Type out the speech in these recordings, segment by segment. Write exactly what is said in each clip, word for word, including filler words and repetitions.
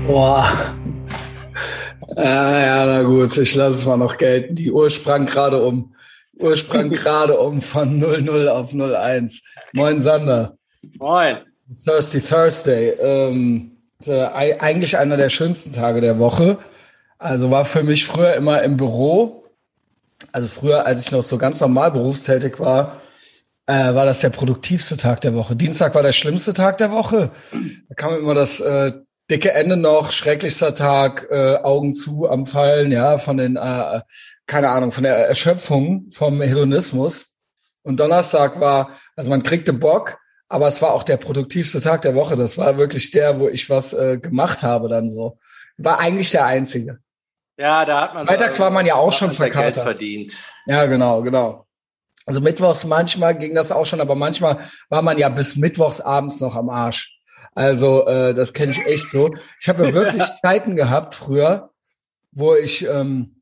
Boah. Ja, ja, na gut, ich lasse es mal noch gelten. Die Uhr sprang gerade um. Die Uhr sprang gerade um von null null auf null eins. Moin, Sander. Moin. Thirsty Thursday. Ähm, äh, eigentlich einer der schönsten Tage der Woche. Also war für mich früher immer im Büro. Also früher, als ich noch so ganz normal berufstätig war, äh, war das der produktivste Tag der Woche. Dienstag war der schlimmste Tag der Woche. Da kam immer das äh, dicke Ende noch, schrecklichster Tag, äh, Augen zu am Fallen, ja, von den, äh, keine Ahnung, von der Erschöpfung, vom Hedonismus. Und Donnerstag war, also man kriegte Bock, aber es war auch der produktivste Tag der Woche. Das war wirklich der, wo ich was äh, gemacht habe dann so. War eigentlich der einzige. Ja, da hat man Freitags so, war man ja auch schon Geld verkatert. verdient. Ja, genau, genau. Also mittwochs manchmal ging das auch schon, aber manchmal war man ja bis mittwochs abends noch am Arsch. Also äh, das kenne ich echt so. Ich habe ja wirklich Zeiten gehabt früher, wo ich ähm,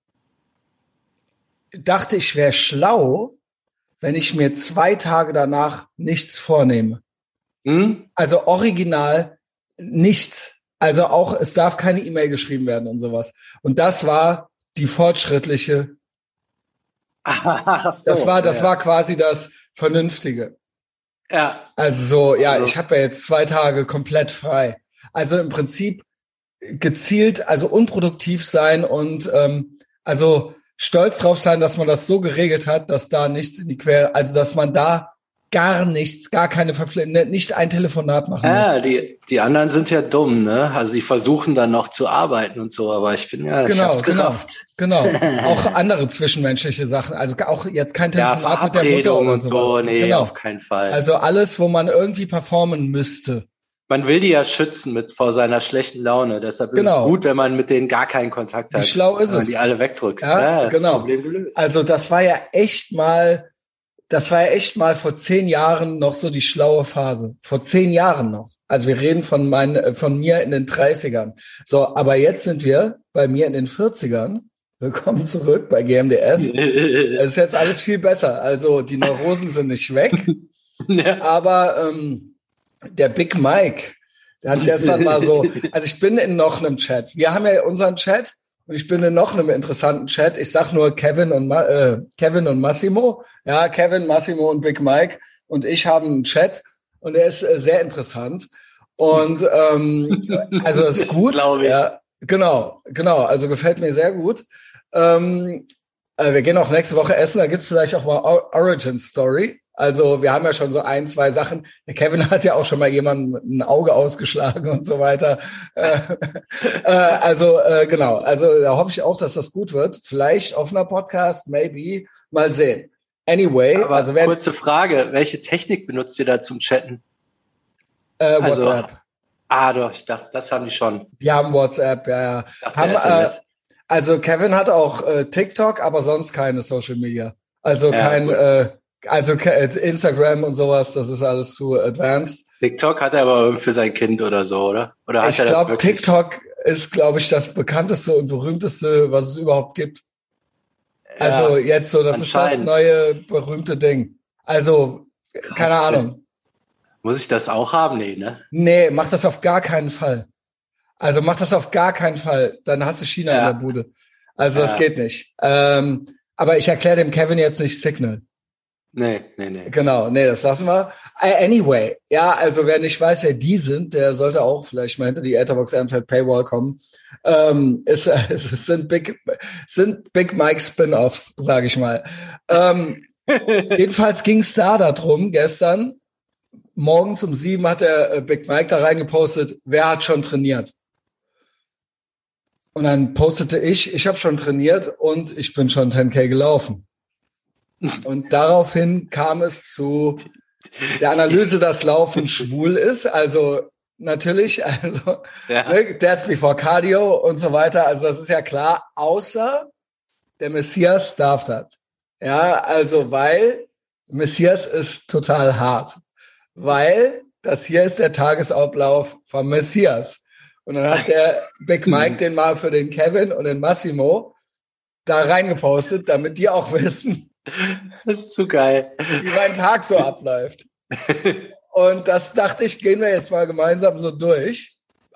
dachte, ich wäre schlau, wenn ich mir zwei Tage danach nichts vornehme. Hm? Also original nichts. Also auch, es darf keine E-Mail geschrieben werden und sowas. Und das war die fortschrittliche. Ach so, das war, das ja. war quasi das Vernünftige. Ja. Also so, ja, Also. ich habe ja jetzt zwei Tage komplett frei. Also im Prinzip gezielt, also unproduktiv sein und ähm, also stolz drauf sein, dass man das so geregelt hat, dass da nichts in die Quere, also dass man da gar nichts, gar keine Verpflichtung, nicht ein Telefonat machen Ja, muss. die, die anderen sind ja dumm, ne? Also die versuchen dann noch zu arbeiten und so, aber ich bin ja, ich Genau, hab's genau, gerafft. genau. Auch andere zwischenmenschliche Sachen, also auch jetzt kein Ja, Telefonat mit der Mutter Verabredungen oder und sowas. so, nee, Genau. auf keinen Fall. Also alles, wo man irgendwie performen müsste. Man will die ja schützen mit vor seiner schlechten Laune. Deshalb ist Genau. es gut, wenn man mit denen gar keinen Kontakt hat. Wie schlau ist wenn man es? die alle wegdrückt. Ja, Ja, genau. Problem gelöst. Also das war ja echt mal, das war ja echt mal vor zehn Jahren noch so die schlaue Phase. Vor zehn Jahren noch. Also wir reden von meinen, von mir in den dreißigern. So, aber jetzt sind wir bei mir in den vierzigern. Willkommen zurück bei G M D S. Es ist jetzt alles viel besser. Also die Neurosen sind nicht weg. Ja. Aber ähm, der Big Mike, der hat gestern mal so, also ich bin in noch einem Chat. Wir haben ja unseren Chat und ich bin in noch einem interessanten Chat. Ich sag nur Kevin und Ma- äh, Kevin und Massimo. Ja, Kevin, Massimo und Big Mike und ich haben einen Chat und der ist äh, sehr interessant. Und ähm, also ist gut. Glaube ich. Ja, genau, genau. Also gefällt mir sehr gut. Ähm, äh, wir gehen auch nächste Woche essen. Da gibt's vielleicht auch mal Or- Origin Story. Also wir haben ja schon so ein, zwei Sachen. Der Kevin hat ja auch schon mal jemanden ein Auge ausgeschlagen und so weiter. Äh, äh, also äh, genau, also da hoffe ich auch, dass das gut wird. Vielleicht offener Podcast, maybe, mal sehen. Anyway, Aber also wer, kurze Frage, welche Technik benutzt ihr da zum Chatten? äh, Also, WhatsApp. Ah, doch, ich dachte, das haben die schon. Die haben WhatsApp, ja, ja. Ich dachte, Haben, S M S. äh, also Kevin hat auch äh, TikTok, aber sonst keine Social Media. Also Ja, kein, gut. äh, also ke- Instagram und sowas, das ist alles zu advanced. TikTok hat er aber für sein Kind oder so, oder? Oder hat Ich er das glaube, wirklich? TikTok ist, glaube ich, das bekannteste und berühmteste, was es überhaupt gibt. Ja, Also jetzt so, das ist das anscheinend. neue berühmte Ding. Also, Krass. keine Ahnung. Muss ich das auch haben? Nee, ne? Nee, mach das auf gar keinen Fall. Also mach das auf gar keinen Fall. Dann hast du China Ja. in der Bude. Also das Ja. geht nicht. Ähm, aber ich erkläre dem Kevin jetzt nicht Signal. Nee, nee, nee. Genau, nee, das lassen wir. Äh, Anyway, ja, also wer nicht weiß, wer die sind, der sollte auch vielleicht mal hinter die Etherbox Ehrenfeld Paywall kommen. Ähm, es, es sind Big, sind Big Mike Spin-Offs, sage ich mal. Ähm, jedenfalls ging es da darum, gestern, morgens um sieben hat der äh, Big Mike da reingepostet, wer hat schon trainiert? Und dann postete ich, ich habe schon trainiert und ich bin schon zehn K gelaufen. Und daraufhin kam es zu der Analyse, dass Laufen schwul ist. Also natürlich, also Ja. ne, Death before Cardio und so weiter. Also das ist ja klar, außer der Messias darf das. Ja, also weil Messias ist total hart. Weil das hier ist der Tagesablauf vom Messias. Und dann hat der Big Mike den mal für den Kevin und den Massimo da reingepostet, damit die auch wissen, Das ist zu geil. wie mein Tag so abläuft. Und das dachte ich, gehen wir jetzt mal gemeinsam so durch.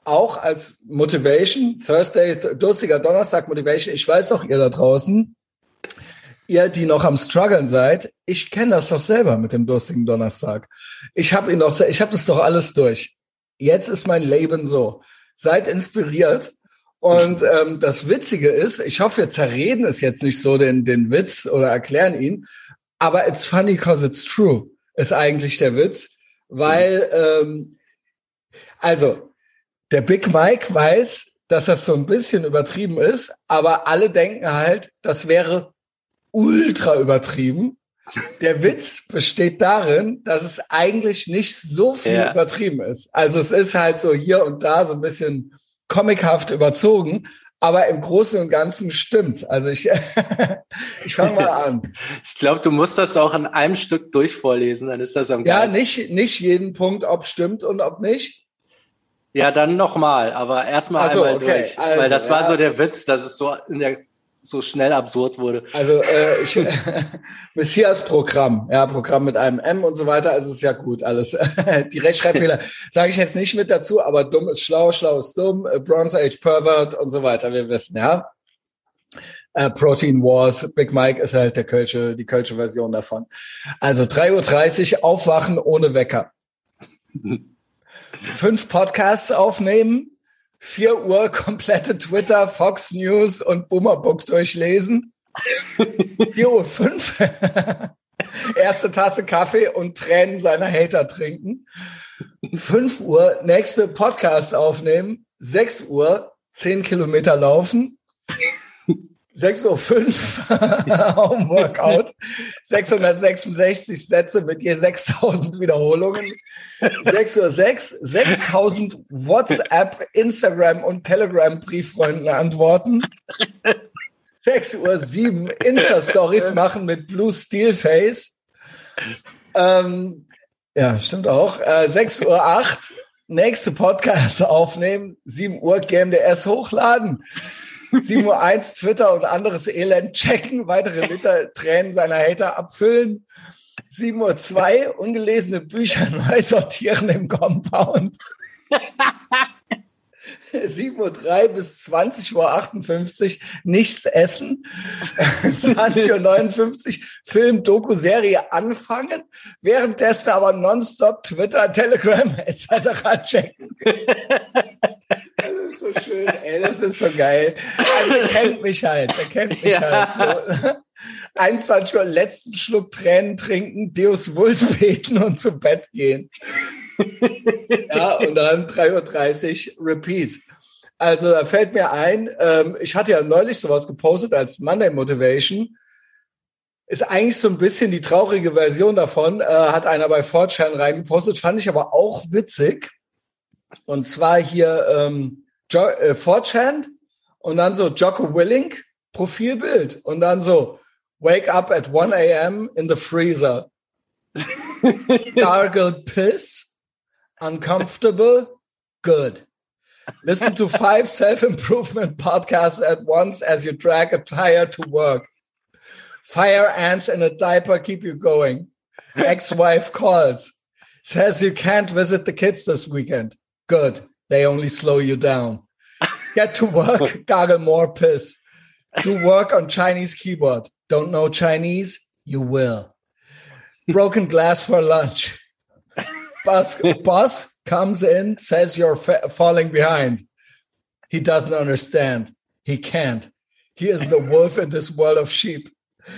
auch als Motivation, Thursday, durstiger Donnerstag Motivation. Ich weiß doch, ihr da draußen, ihr, die noch am struggeln seid, ich kenne das doch selber mit dem durstigen Donnerstag. Ich habe ihn doch, ich habe das doch alles durch. Jetzt ist mein Leben so. Seid inspiriert. Und ähm, das Witzige ist, ich hoffe, wir zerreden es jetzt nicht so, den, den Witz, oder erklären ihn, aber it's funny cause it's true, ist eigentlich der Witz, weil, ähm, also, der Big Mike weiß, dass das so ein bisschen übertrieben ist, aber alle denken halt, das wäre ultra übertrieben. Der Witz besteht darin, dass es eigentlich nicht so viel ja. übertrieben ist. Also es ist halt so hier und da so ein bisschen comichaft überzogen, aber im Großen und Ganzen stimmt's. Also ich, ich fange mal an. Ich glaube, du musst das auch in einem Stück durchvorlesen, dann ist das am geilsten. Ja, nicht, nicht jeden Punkt, ob stimmt und ob nicht. Ja, dann nochmal, aber erstmal so, einmal okay. durch. Also, weil das ja. war so der Witz, dass es so in der so schnell absurd wurde. Also äh, ich, Messias Programm, ja, Programm mit einem M und so weiter, also ist ja gut alles. Die Rechtschreibfehler sage ich jetzt nicht mit dazu, aber dumm ist schlau, schlau ist dumm, Bronze Age Pervert und so weiter, wir wissen, ja. Äh, Protein Wars, Big Mike ist halt der Kölsche, die Kölsche Version davon. Also drei Uhr dreißig aufwachen ohne Wecker. Fünf Podcasts aufnehmen. vier Uhr komplette Twitter, Fox News und Boomerbook durchlesen. vier Uhr fünf erste Tasse Kaffee und Tränen seiner Hater trinken. fünf Uhr nächste Podcast aufnehmen. sechs Uhr zehn Kilometer laufen. sechs Uhr fünf Home Workout. sechshundertsechsundsechzig Sätze mit je sechstausend Wiederholungen. sechs Uhr sechs sechstausend WhatsApp, Instagram und Telegram Brieffreunden antworten. sechs Uhr sieben Insta-Stories machen mit Blue Steel Face. Ähm, ja, stimmt auch. Äh, sechs Uhr acht nächste Podcast aufnehmen. sieben Uhr G M D S hochladen. sieben Uhr eins Twitter und anderes Elend checken, weitere Liter Tränen seiner Hater abfüllen. sieben Uhr zwei ungelesene Bücher neu sortieren im Compound. sieben Uhr drei bis zwanzig Uhr achtundfünfzig nichts essen. zwanzig Uhr neunundfünfzig Film, Doku, Serie anfangen, währenddessen aber nonstop Twitter, Telegram et cetera checken. Das ist so schön, ey, das ist so geil. Also, er kennt mich halt, er kennt mich ja. halt. So. einundzwanzig Uhr letzten Schluck Tränen trinken, Deus Vult beten und zu Bett gehen. Ja, und dann drei Uhr dreißig Repeat. Also da fällt mir ein, ähm, ich hatte ja neulich sowas gepostet als Monday Motivation. Ist eigentlich so ein bisschen die traurige Version davon, äh, hat einer bei four chan reingepostet, fand ich aber auch witzig. Und zwar hier ähm, jo- äh, four chan und dann so Jocko Willink, Profilbild. Und dann so, wake up at one a.m. in the freezer. Gargle piss. Uncomfortable. Good. Listen to five self-improvement podcasts at once as you drag a tire to work. Fire ants in a diaper keep you going. Ex-wife calls. Says you can't visit the kids this weekend. Good. They only slow you down. Get to work. Gargle more piss. Do work on Chinese keyboard. Don't know Chinese? You will. Broken glass for lunch. Boss, boss comes in, says you're fa- falling behind. He doesn't understand. He can't. He is the wolf in this world of sheep.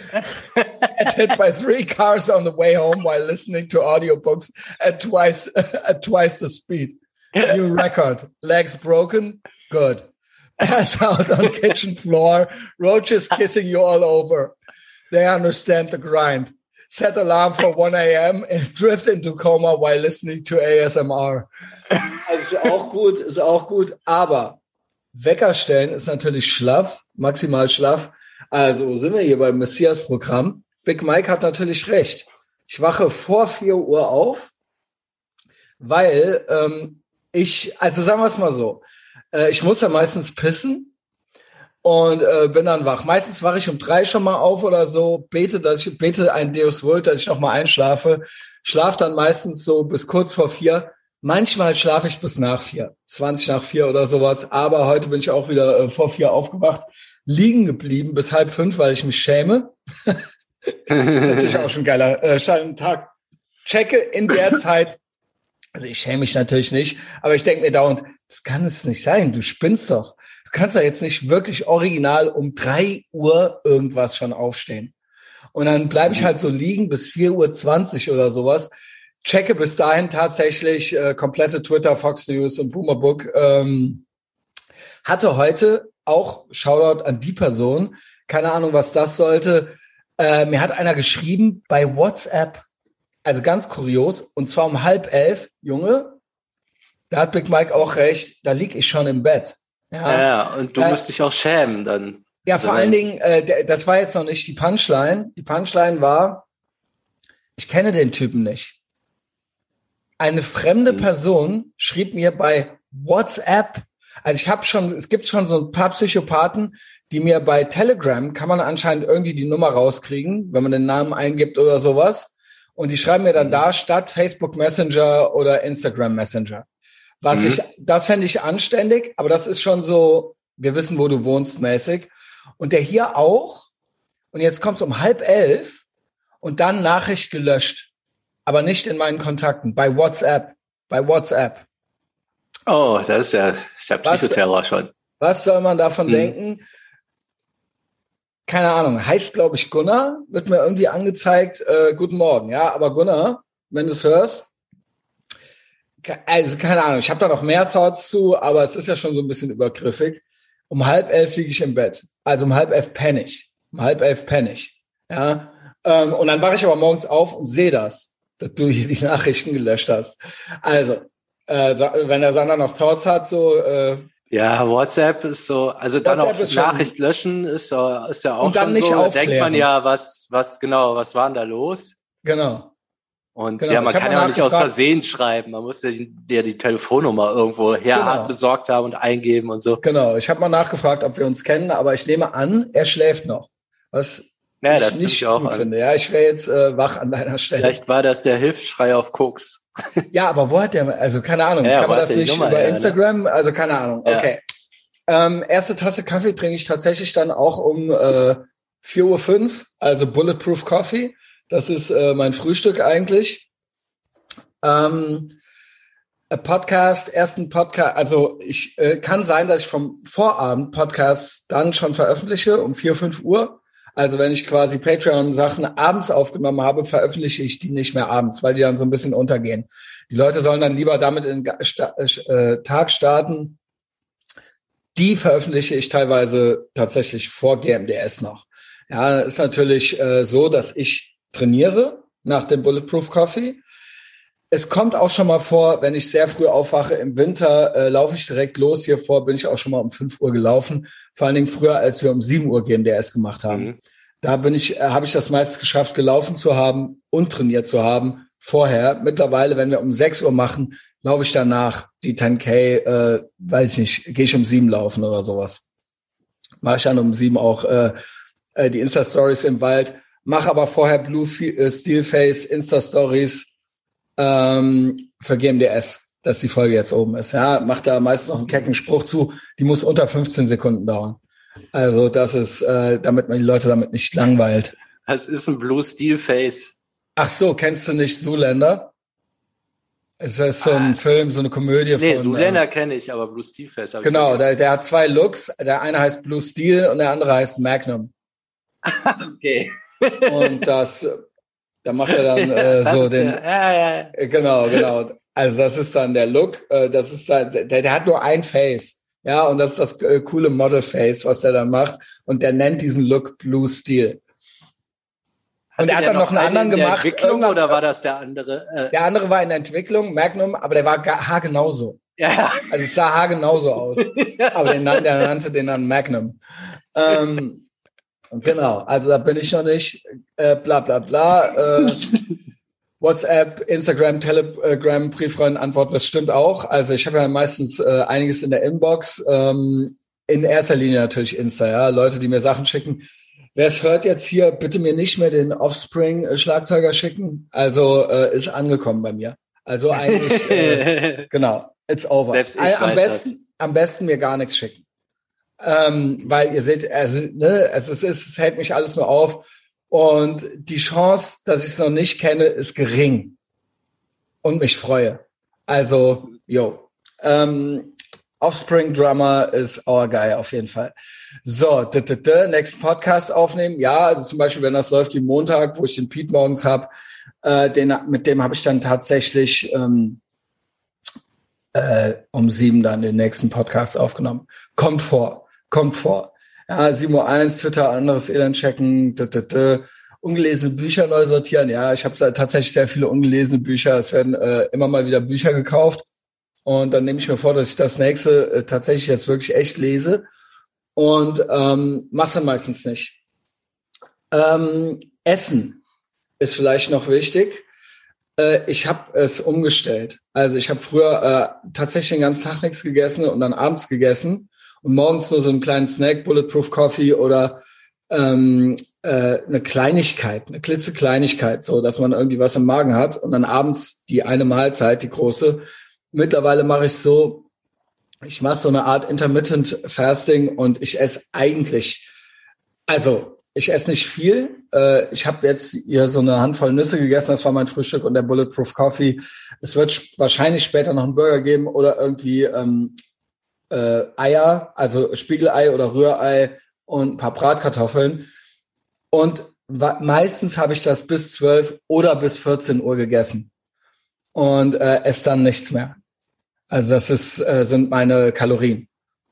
Get hit by three cars on the way home while listening to audiobooks at twice at twice the speed. New record. Legs broken? Good. Pass out on kitchen floor. Roaches kissing you all over. They understand the grind. Set alarm for one a.m. and drift into coma while listening to A S M R. Also ist auch gut, ist auch gut. Aber Wecker stellen ist natürlich schlaff, maximal schlaff. Also sind wir hier beim Messias-Programm. Big Mike hat natürlich recht. Ich wache vor vier Uhr auf, weil ähm, ich, also sagen wir es mal so, äh, ich muss ja meistens pissen. Und äh, bin dann wach. Meistens wache ich um drei schon mal auf oder so, bete, dass ich bete ein Deus Vult, dass ich noch mal einschlafe. Schlaf dann meistens so bis kurz vor vier. Manchmal schlafe ich bis nach vier, zwanzig nach vier oder sowas. Aber heute bin ich auch wieder äh, vor vier aufgewacht, liegen geblieben bis halb fünf, weil ich mich schäme. Natürlich auch schon ein geiler äh, Tag. Checke in der Zeit. Also ich schäme mich natürlich nicht, aber ich denke mir dauernd, das kann es nicht sein. Du spinnst doch. Du kannst doch jetzt nicht wirklich original um drei Uhr irgendwas schon aufstehen. Und dann bleibe ich halt so liegen bis vier Uhr zwanzig oder sowas. Checke bis dahin tatsächlich äh, komplette Twitter, Fox News und Boomerbook. Ähm, hatte heute auch Shoutout an die Person. Keine Ahnung, was das sollte. Äh, mir hat einer geschrieben bei WhatsApp, also ganz kurios, und zwar um halb elf, Junge, da hat Big Mike auch recht, da lieg ich schon im Bett. Ja, ja und du äh, musst dich auch schämen dann. Ja, vor allen Dingen, äh, das war jetzt noch nicht die Punchline. Die Punchline war, ich kenne den Typen nicht. Eine fremde Person schrieb mir bei WhatsApp, also ich habe schon, es gibt schon so ein paar Psychopathen, die mir bei Telegram, kann man anscheinend irgendwie die Nummer rauskriegen, wenn man den Namen eingibt oder sowas. Und die schreiben mir dann mhm. da statt Facebook Messenger oder Instagram Messenger. Was mhm. ich, das fände ich anständig, aber das ist schon so, wir wissen, wo du wohnst, mäßig. Und der hier auch. Und jetzt kommt's um halb elf und dann Nachricht gelöscht. Aber nicht in meinen Kontakten, bei WhatsApp, bei WhatsApp. Oh, das ist ja, ist ja Psychoterror schon. Was soll man davon mhm. denken? Keine Ahnung, heißt, glaube ich, Gunnar, wird mir irgendwie angezeigt, äh, guten Morgen, ja, aber Gunnar, wenn du es hörst, also keine Ahnung, ich habe da noch mehr Thoughts zu, aber es ist ja schon so ein bisschen übergriffig. Um halb elf liege ich im Bett, also um halb elf penne ich, um halb elf penne ich, ja, ähm, und dann wache ich aber morgens auf und sehe das, dass du hier die Nachrichten gelöscht hast. Also, äh, wenn der Sander noch Thoughts hat, so, äh, ja, WhatsApp ist so, also dann WhatsApp auch Nachricht schon, löschen ist, ist ja auch und dann schon nicht so, da denkt man ja, was, was genau, was war denn da los? Genau. Und genau. ja, man kann ja auch nicht aus Versehen schreiben, man muss ja die, die, die Telefonnummer irgendwo her genau. besorgt haben und eingeben und so. Genau, ich habe mal nachgefragt, ob wir uns kennen, aber ich nehme an, er schläft noch, was ja, ich das nicht ich auch gut an. finde. Ja, ich wäre jetzt äh, wach an deiner Stelle. Vielleicht war das der Hilfsschrei auf Koks. Ja, aber wo hat der, also keine Ahnung, ja, kann man das nicht Nummer, über ja, Instagram, ne? Also keine Ahnung, okay. Ja. Ähm, erste Tasse Kaffee trinke ich tatsächlich dann auch um äh, vier Uhr fünf, also Bulletproof Coffee. Das ist äh, mein Frühstück eigentlich. Ähm, Podcast, ersten Podcast, also ich äh, kann sein, dass ich vom Vorabend Podcast dann schon veröffentliche um vier, fünf Uhr. Also wenn ich quasi Patreon-Sachen abends aufgenommen habe, veröffentliche ich die nicht mehr abends, weil die dann so ein bisschen untergehen. Die Leute sollen dann lieber damit in den Sta- äh, Tag starten. Die veröffentliche ich teilweise tatsächlich vor G M D S noch. Ja, ist natürlich äh, so, dass ich trainiere nach dem Bulletproof Coffee. Es kommt auch schon mal vor, wenn ich sehr früh aufwache im Winter, äh, laufe ich direkt los. Hier vor bin ich auch schon mal um fünf Uhr gelaufen. Vor allen Dingen früher, als wir um sieben Uhr G M D S gemacht haben. Mhm. Da bin ich, äh, habe ich das meist geschafft, gelaufen zu haben und trainiert zu haben vorher. Mittlerweile, wenn wir um sechs Uhr machen, laufe ich danach die zehn K, äh, weiß ich nicht, gehe ich um sieben laufen oder sowas. Mache ich dann um sieben auch äh, äh, die Insta-Stories im Wald. Mache aber vorher Blue äh, Steelface Insta-Stories ähm, für G M D S, dass die Folge jetzt oben ist. Ja, macht da meistens noch einen kecken Spruch zu. Die muss unter fünfzehn Sekunden dauern. Also das ist, äh, damit man die Leute damit nicht langweilt. Was ist ein Blue Steelface? Ach so, kennst du nicht Zoolander? Es ist so ein ah. Film, so eine Komödie nee, von... Nee, Zoolander äh, kenne ich, aber Blue Steelface habe ich Genau, der, der hat zwei Looks. Der eine heißt Blue Steel und der andere heißt Magnum. Okay. Und das, da macht er dann äh, so den... Der, ja, ja, ja. Genau, genau. Also das ist dann der Look. Äh, das ist dann, der, der hat nur ein Face. Ja, und das ist das äh, coole Model-Face, was der dann macht. Und der nennt diesen Look Blue Steel. Und er hat dann noch einen anderen gemacht. Entwicklung oder war das der andere? Äh der andere war in der Entwicklung, Magnum, aber der war haargenauso. Ja. Also es sah haargenauso aus. Ja. Aber den, der nannte den dann Magnum. Ähm, genau, also da bin ich noch nicht. Äh, bla bla bla. Äh, WhatsApp, Instagram, Telegram, Brieffreund, Antwort, das stimmt auch. Also ich habe ja meistens äh, einiges in der Inbox. Ähm, in erster Linie natürlich Insta, ja. Leute, die mir Sachen schicken. Wer es hört jetzt hier, bitte mir nicht mehr den Offspring-Schlagzeuger schicken. Also äh, ist angekommen bei mir. Also eigentlich, äh, genau, it's over. Selbst ich am weiß besten, das. am besten mir gar nichts schicken. Ähm, weil ihr seht, also, ne, es ist, es hält mich alles nur auf. Und die Chance, dass ich es noch nicht kenne, ist gering. Und mich freue. Also, yo. Ähm, Offspring Drummer ist our guy auf jeden Fall. So, d -d -d, nächsten Podcast aufnehmen. Ja, also zum Beispiel, wenn das läuft wie Montag, wo ich den Pete morgens habe, äh, den, mit dem habe ich dann tatsächlich ähm, äh, um sieben dann den nächsten Podcast aufgenommen. Kommt vor, kommt vor. Ja, sieben Uhr eins, Twitter, anderes Elend checken, d -d -d. Ungelesene Bücher neu sortieren. Ja, ich habe tatsächlich sehr viele ungelesene Bücher. Es werden äh, immer mal wieder Bücher gekauft. Und dann nehme ich mir vor, dass ich das nächste äh, tatsächlich jetzt wirklich echt lese. Und ähm, mach's dann meistens nicht. Ähm, Essen ist vielleicht noch wichtig. Äh, ich habe es umgestellt. Also ich habe früher äh, tatsächlich den ganzen Tag nichts gegessen und dann abends gegessen. Und morgens nur so einen kleinen Snack, Bulletproof Coffee oder ähm, äh, eine Kleinigkeit, eine klitzekleinigkeit, so dass man irgendwie was im Magen hat. Und dann abends die eine Mahlzeit, die große. Mittlerweile mache ich so, ich mache so eine Art Intermittent Fasting und ich esse eigentlich, also ich esse nicht viel. Äh, ich habe jetzt hier so eine Handvoll Nüsse gegessen, das war mein Frühstück und der Bulletproof Coffee. Es wird wahrscheinlich später noch einen Burger geben oder irgendwie ähm, äh, Eier, also Spiegelei oder Rührei und ein paar Bratkartoffeln. Und meistens habe ich das bis zwölf oder bis vierzehn Uhr gegessen und äh, esse dann nichts mehr. Also das ist, äh, sind meine Kalorien.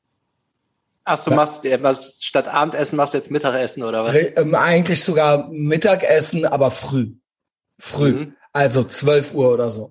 Ach, du machst was statt Abendessen machst du jetzt Mittagessen oder was? Ähm, eigentlich sogar Mittagessen, aber früh. Früh. Mhm. Also zwölf Uhr oder so.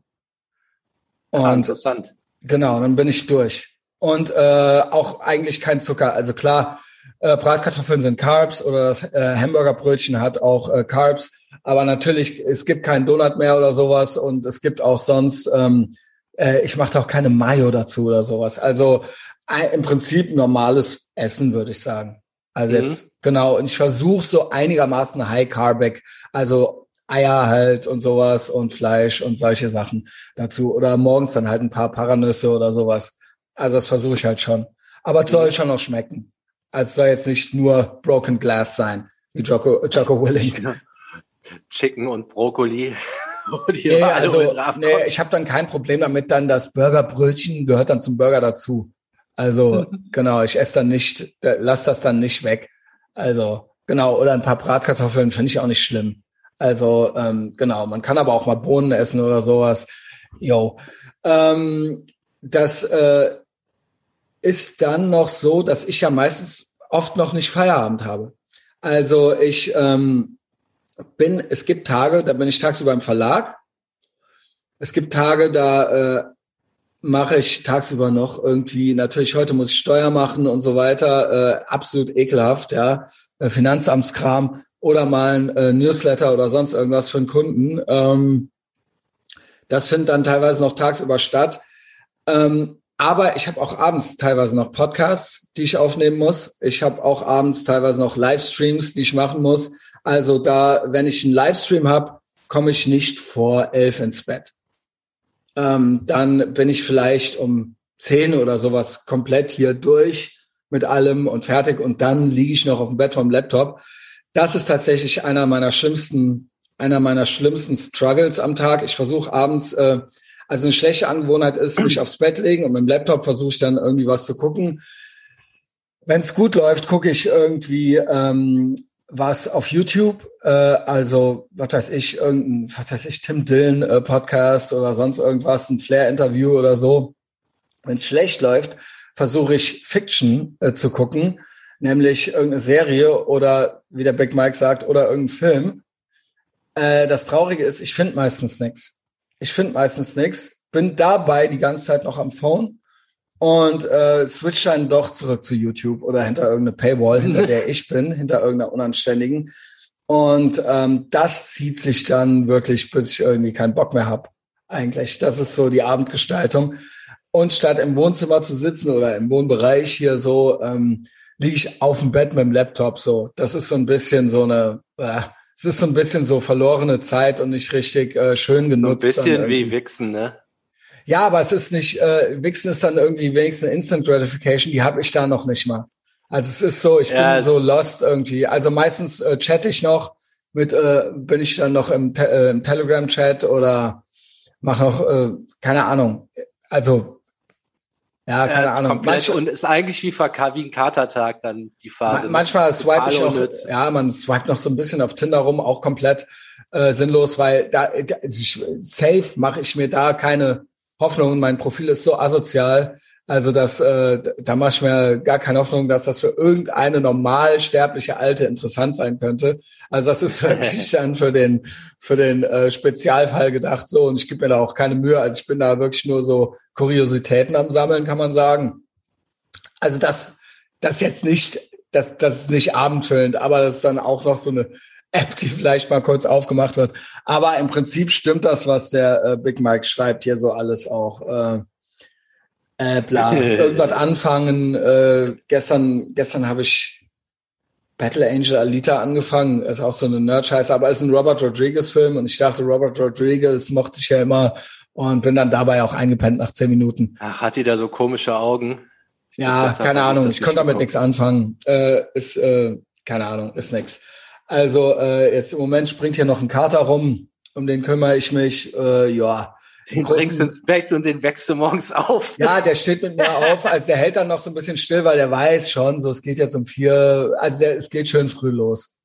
Und ah, interessant. Genau, dann bin ich durch. Und äh, auch eigentlich kein Zucker. Also klar, äh, Bratkartoffeln sind Carbs oder das äh, Hamburgerbrötchen hat auch äh, Carbs. Aber natürlich, es gibt keinen Donut mehr oder sowas und es gibt auch sonst, ähm, äh, ich mache auch keine Mayo dazu oder sowas. Also äh, im Prinzip normales Essen, würde ich sagen. Also mhm. jetzt, genau, und ich versuche so einigermaßen high-carbig, also Eier halt und sowas und Fleisch und solche Sachen dazu. Oder morgens dann halt ein paar Paranüsse oder sowas. Also das versuche ich halt schon. Aber es soll schon auch schmecken. Also es soll jetzt nicht nur Broken Glass sein, wie Jocko, Jocko Willink. Chicken und Brokkoli. nee, also, nee, ich habe dann kein Problem damit, dann das Burgerbrötchen gehört dann zum Burger dazu. Also genau, ich esse dann nicht, lass das dann nicht weg. Also genau, oder ein paar Bratkartoffeln finde ich auch nicht schlimm. Also ähm, genau, man kann aber auch mal Bohnen essen oder sowas. Jo, ähm, das äh, ist dann noch so, dass ich ja meistens oft noch nicht Feierabend habe. Also ich ähm, bin, es gibt Tage, da bin ich tagsüber im Verlag. Es gibt Tage, da äh, mache ich tagsüber noch irgendwie, natürlich heute muss ich Steuer machen und so weiter, äh, absolut ekelhaft, ja, äh, Finanzamtskram oder mal ein äh, Newsletter oder sonst irgendwas für einen Kunden. Ähm, das findet dann teilweise noch tagsüber statt. Ähm, aber ich habe auch abends teilweise noch Podcasts, die ich aufnehmen muss. Ich habe auch abends teilweise noch Livestreams, die ich machen muss. Also da, wenn ich einen Livestream habe, komme ich nicht vor elf ins Bett. Ähm, dann bin ich vielleicht um zehn oder sowas komplett hier durch mit allem und fertig und dann liege ich noch auf dem Bett vom Laptop. Das ist tatsächlich einer meiner schlimmsten, einer meiner schlimmsten Struggles am Tag. Ich versuche abends, äh, also eine schlechte Angewohnheit ist, mich aufs Bett legen und mit dem Laptop versuche ich dann irgendwie was zu gucken. Wenn es gut läuft, gucke ich irgendwie ähm, was auf YouTube, äh, also was weiß ich, irgendein, was weiß ich, Tim Dillon äh, Podcast oder sonst irgendwas, ein Flair-Interview oder so. Wenn es schlecht läuft, versuche ich Fiction äh, zu gucken, nämlich irgendeine Serie oder, wie der Big Mike sagt, oder irgendein Film. Äh, das Traurige ist, ich finde meistens nichts. Ich finde meistens nichts, bin dabei die ganze Zeit noch am Phone und äh, switch dann doch zurück zu YouTube oder hinter irgendeine Paywall, hinter der ich bin, hinter irgendeiner Unanständigen. Und ähm, das zieht sich dann wirklich, bis ich irgendwie keinen Bock mehr habe. Eigentlich, das ist so die Abendgestaltung. Und statt im Wohnzimmer zu sitzen oder im Wohnbereich hier so, ähm, liege ich auf dem Bett mit dem Laptop so. Das ist so ein bisschen so eine, äh, es ist so ein bisschen so verlorene Zeit und nicht richtig äh, schön genutzt. So ein bisschen wie Wichsen, ne? Ja, aber es ist nicht, äh, Wichsen ist dann irgendwie wenigstens Instant Gratification, die habe ich da noch nicht mal. Also es ist so, ich ja, bin so lost irgendwie. Also meistens äh, chatte ich noch mit, äh, bin ich dann noch im, Te- äh, im Telegram-Chat oder mache noch, äh, keine Ahnung. Also, ja, keine ja, Ahnung. Manch, und ist eigentlich wie, wie ein Katertag dann die Phase. Manchmal swipe ich noch, ja, man swipet noch so ein bisschen auf Tinder rum, auch komplett äh, sinnlos, weil da, da safe mache ich mir da keine Hoffnung. Mein Profil ist so asozial, also dass äh, da mache ich mir gar keine Hoffnung, dass das für irgendeine normal sterbliche Alte interessant sein könnte. Also das ist wirklich dann für den für den äh, Spezialfall gedacht so, und ich gebe mir da auch keine Mühe. Also ich bin da wirklich nur so Kuriositäten am Sammeln, kann man sagen. Also das das jetzt nicht, das das ist nicht abendfüllend, aber das ist dann auch noch so eine App, die vielleicht mal kurz aufgemacht wird. Aber im Prinzip stimmt das, was der äh, Big Mike schreibt, hier so alles auch. Äh, äh, bla, irgendwas anfangen. Äh, gestern gestern habe ich Battle Angel Alita angefangen. Ist auch so eine Nerd-Scheiße, aber ist ein Robert Rodriguez-Film. Und ich dachte, Robert Rodriguez mochte ich ja immer und bin dann dabei auch eingepennt nach zehn Minuten. Ach, hat die da so komische Augen? Ich ja, glaub, keine Ahnung. Ich, ich konnte damit nichts anfangen. Äh, ist, äh, keine Ahnung, ist nix. Also äh, jetzt im Moment springt hier noch ein Kater rum, um den kümmere ich mich. Äh, ja, den bringst du ins Bett und den wächst du morgens auf. Ja, der steht mit mir auf. Also der hält dann noch so ein bisschen still, weil der weiß schon, so es geht jetzt um vier. Also der, es geht schön früh los.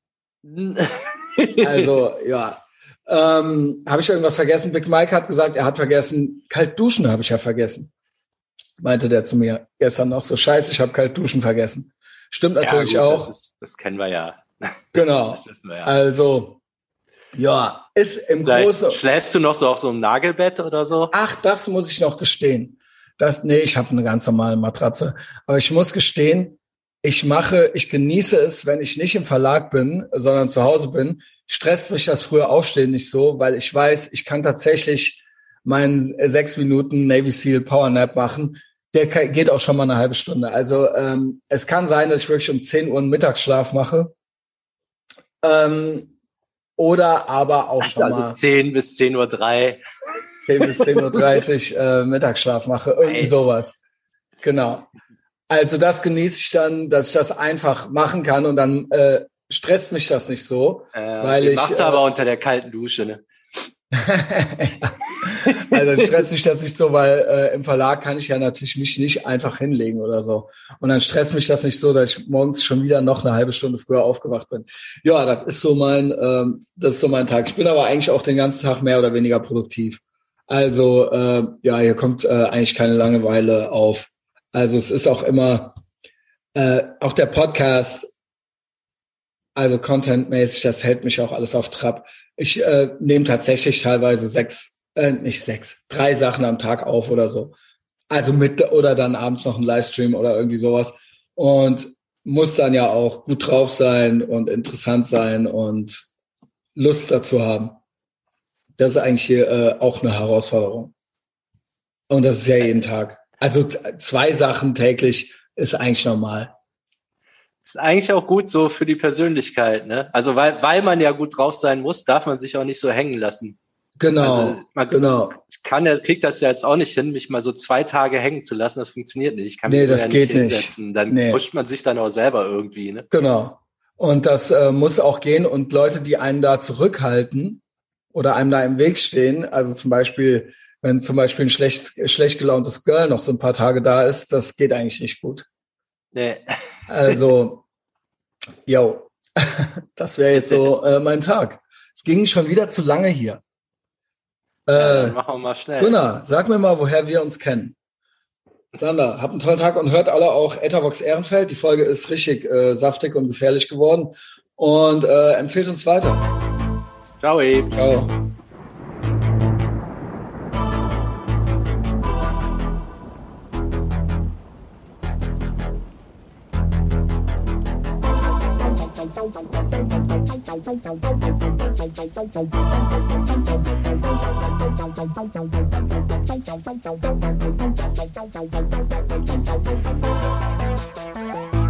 Also ja, ähm, habe ich irgendwas vergessen? Big Mike hat gesagt, er hat vergessen. Kalt duschen habe ich ja vergessen. Meinte der zu mir gestern noch so, scheiße, ich habe kalt duschen vergessen. Stimmt natürlich ja, gut, auch. Das, ist, das kennen wir ja. Genau. Das wissen wir ja. Also, ja, ist im Großen. Schläfst du noch so auf so einem Nagelbett oder so? Ach, das muss ich noch gestehen. Das, nee, ich habe eine ganz normale Matratze. Aber ich muss gestehen, ich mache, ich genieße es, wenn ich nicht im Verlag bin, sondern zu Hause bin. Stresst mich das frühe Aufstehen nicht so, weil ich weiß, ich kann tatsächlich meinen sechs Minuten Navy Seal Power Nap machen. Der geht auch schon mal eine halbe Stunde. Also ähm, es kann sein, dass ich wirklich um zehn Uhr einen Mittagsschlaf mache. Ähm, oder aber auch schon also mal. Also zehn bis zehn Uhr drei. zehn bis zehn Uhr dreißig äh, Mittagsschlaf mache. Irgendwie Ey. sowas. Genau. Also das genieße ich dann, dass ich das einfach machen kann und dann äh, stresst mich das nicht so. Äh, weil ich macht äh, aber unter der kalten Dusche, ne? Also stresst mich das nicht so, weil äh, im Verlag kann ich ja natürlich mich nicht einfach hinlegen oder so. Und dann stresst mich das nicht so, dass ich morgens schon wieder noch eine halbe Stunde früher aufgewacht bin. Ja, das ist so mein, ähm, das ist so mein Tag. Ich bin aber eigentlich auch den ganzen Tag mehr oder weniger produktiv. Also äh, ja, hier kommt äh, eigentlich keine Langeweile auf. Also es ist auch immer, äh, auch der Podcast, also contentmäßig, das hält mich auch alles auf Trab. Ich äh, nehme tatsächlich teilweise sechs, äh, nicht sechs, drei Sachen am Tag auf oder so. Also mit oder dann abends noch ein Livestream oder irgendwie sowas. Und muss dann ja auch gut drauf sein und interessant sein und Lust dazu haben. Das ist eigentlich hier äh, auch eine Herausforderung. Und das ist ja jeden Tag. Also zwei Sachen täglich ist eigentlich normal. Ist eigentlich auch gut so für die Persönlichkeit, ne? Also weil weil man ja gut drauf sein muss, darf man sich auch nicht so hängen lassen. Genau, also man, genau. Ich kann ja, krieg das ja jetzt auch nicht hin, mich mal so zwei Tage hängen zu lassen. Das funktioniert nicht. Ich kann nee, mich so das ja geht nicht hinsetzen. Nicht. Dann nee. pusht man sich dann auch selber irgendwie, ne? Genau. Und das äh, muss auch gehen. Und Leute, die einen da zurückhalten oder einem da im Weg stehen, also zum Beispiel, wenn zum Beispiel ein schlecht, schlecht gelauntes Girl noch so ein paar Tage da ist, das geht eigentlich nicht gut. Nee. Also, yo, das wäre jetzt so äh, mein Tag. Es ging schon wieder zu lange hier. Äh, ja, dann machen wir mal schnell. Gunnar, sag mir mal, woher wir uns kennen. Sander, habt einen tollen Tag und hört alle auch Etavox Ehrenfeld. Die Folge ist richtig äh, saftig und gefährlich geworden. Und äh, empfehlt uns weiter. Ciao. Ciao. Thank you.